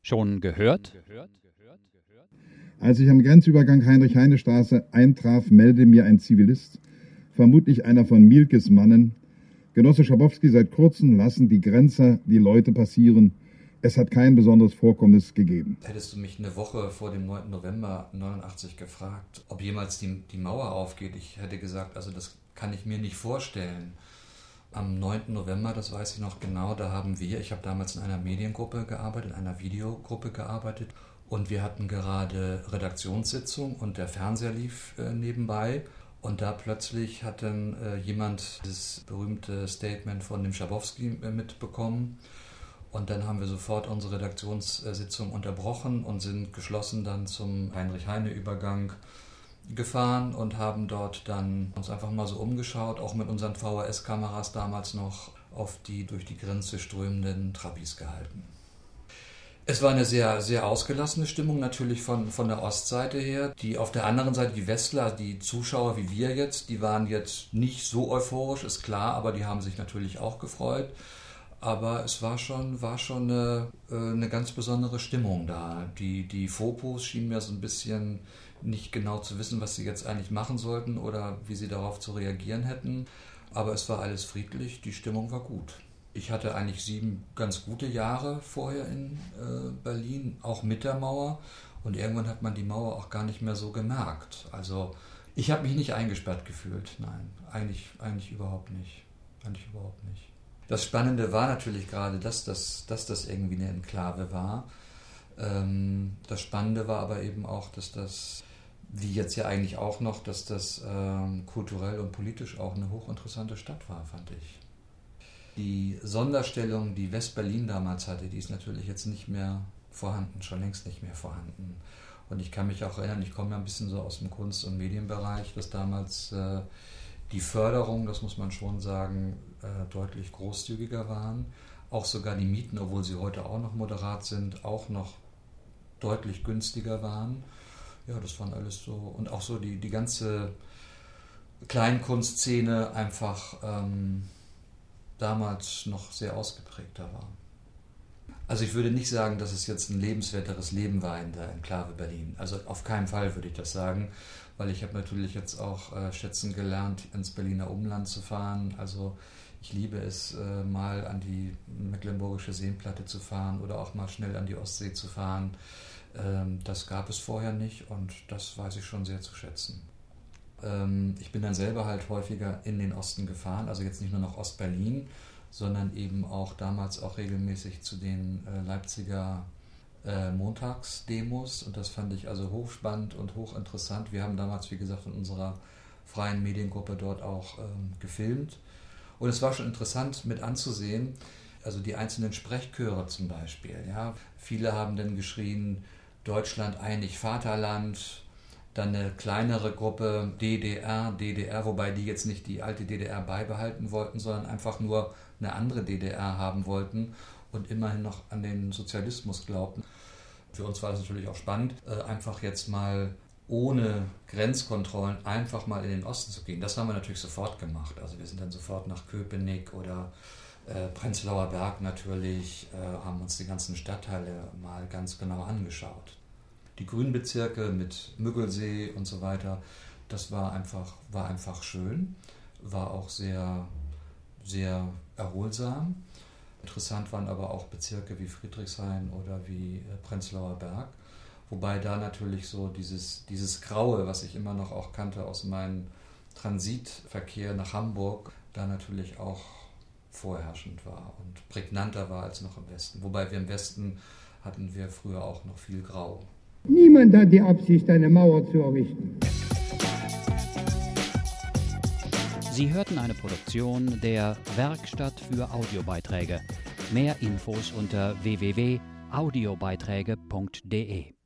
Schon gehört? Als ich am Grenzübergang Heinrich-Heine-Straße eintraf, meldete mir ein Zivilist, vermutlich einer von Mielkes Mannen: Genosse Schabowski, seit kurzem lassen die Grenzer die Leute passieren. Es hat kein besonderes Vorkommnis gegeben. Hättest du mich eine Woche vor dem 9. November 89 gefragt, ob jemals die Mauer aufgeht, ich hätte gesagt, also das kann ich mir nicht vorstellen. Am 9. November, das weiß ich noch genau, da haben ich habe damals in einer Mediengruppe gearbeitet, in einer Videogruppe gearbeitet und wir hatten gerade Redaktionssitzung und der Fernseher lief nebenbei und da plötzlich hat dann jemand das berühmte Statement von dem Schabowski mitbekommen und dann haben wir sofort unsere Redaktionssitzung unterbrochen und sind geschlossen dann zum Heinrich-Heine-Übergang gefahren und haben dort dann uns einfach mal so umgeschaut, auch mit unseren VHS-Kameras damals noch, auf die durch die Grenze strömenden Trabis gehalten. Es war eine sehr, sehr ausgelassene Stimmung natürlich von der Ostseite her. Die auf der anderen Seite, die Westler, die Zuschauer wie wir jetzt, die waren jetzt nicht so euphorisch, ist klar, aber die haben sich natürlich auch gefreut. Aber es war schon eine ganz besondere Stimmung da. Die Fopos schienen mir so ein bisschen nicht genau zu wissen, was sie jetzt eigentlich machen sollten oder wie sie darauf zu reagieren hätten. Aber es war alles friedlich, die Stimmung war gut. Ich hatte eigentlich 7 ganz gute Jahre vorher in Berlin, auch mit der Mauer. Und irgendwann hat man die Mauer auch gar nicht mehr so gemerkt. Also ich habe mich nicht eingesperrt gefühlt, nein, eigentlich überhaupt nicht. Eigentlich überhaupt nicht. Das Spannende war natürlich gerade, dass das irgendwie eine Enklave war. Das Spannende war aber eben auch, dass das, wie jetzt ja eigentlich auch noch, dass das kulturell und politisch auch eine hochinteressante Stadt war, fand ich. Die Sonderstellung, die West-Berlin damals hatte, die ist natürlich jetzt nicht mehr vorhanden, schon längst nicht mehr vorhanden. Und ich kann mich auch erinnern, ich komme ja ein bisschen so aus dem Kunst- und Medienbereich, dass damals die Förderung, das muss man schon sagen, deutlich großzügiger waren. Auch sogar die Mieten, obwohl sie heute auch noch moderat sind, auch noch deutlich günstiger waren. Ja, das waren alles so. Und auch so die ganze Kleinkunstszene einfach damals noch sehr ausgeprägter war. Also ich würde nicht sagen, dass es jetzt ein lebenswerteres Leben war in der Enklave Berlin. Also auf keinen Fall würde ich das sagen, weil ich habe natürlich jetzt auch schätzen gelernt, ins Berliner Umland zu fahren. Also ich liebe es, mal an die Mecklenburgische Seenplatte zu fahren oder auch mal schnell an die Ostsee zu fahren. Das gab es vorher nicht und das weiß ich schon sehr zu schätzen. Ich bin dann selber halt häufiger in den Osten gefahren, also jetzt nicht nur nach Ostberlin, sondern eben auch damals auch regelmäßig zu den Leipziger Montagsdemos und das fand ich also hochspannend und hochinteressant. Wir haben damals, wie gesagt, in unserer freien Mediengruppe dort auch gefilmt und es war schon interessant mit anzusehen, also die einzelnen Sprechchöre zum Beispiel. Ja. Viele haben dann geschrien, Deutschland einig Vaterland, dann eine kleinere Gruppe DDR, wobei die jetzt nicht die alte DDR beibehalten wollten, sondern einfach nur eine andere DDR haben wollten und immerhin noch an den Sozialismus glaubten. Für uns war das natürlich auch spannend, einfach jetzt mal ohne Grenzkontrollen einfach mal in den Osten zu gehen. Das haben wir natürlich sofort gemacht. Also wir sind dann sofort nach Köpenick oder Prenzlauer Berg natürlich, haben uns die ganzen Stadtteile mal ganz genau angeschaut. Die grünen Bezirke mit Müggelsee und so weiter, das war einfach schön, war auch sehr, sehr erholsam. Interessant waren aber auch Bezirke wie Friedrichshain oder wie Prenzlauer Berg, wobei da natürlich so dieses Graue, was ich immer noch auch kannte aus meinem Transitverkehr nach Hamburg, da natürlich auch vorherrschend war und prägnanter war als noch im Westen. Wobei wir im Westen hatten wir früher auch noch viel Grau. Niemand hat die Absicht, eine Mauer zu errichten. Sie hörten eine Produktion der Werkstatt für Audiobeiträge. Mehr Infos unter www.audiobeiträge.de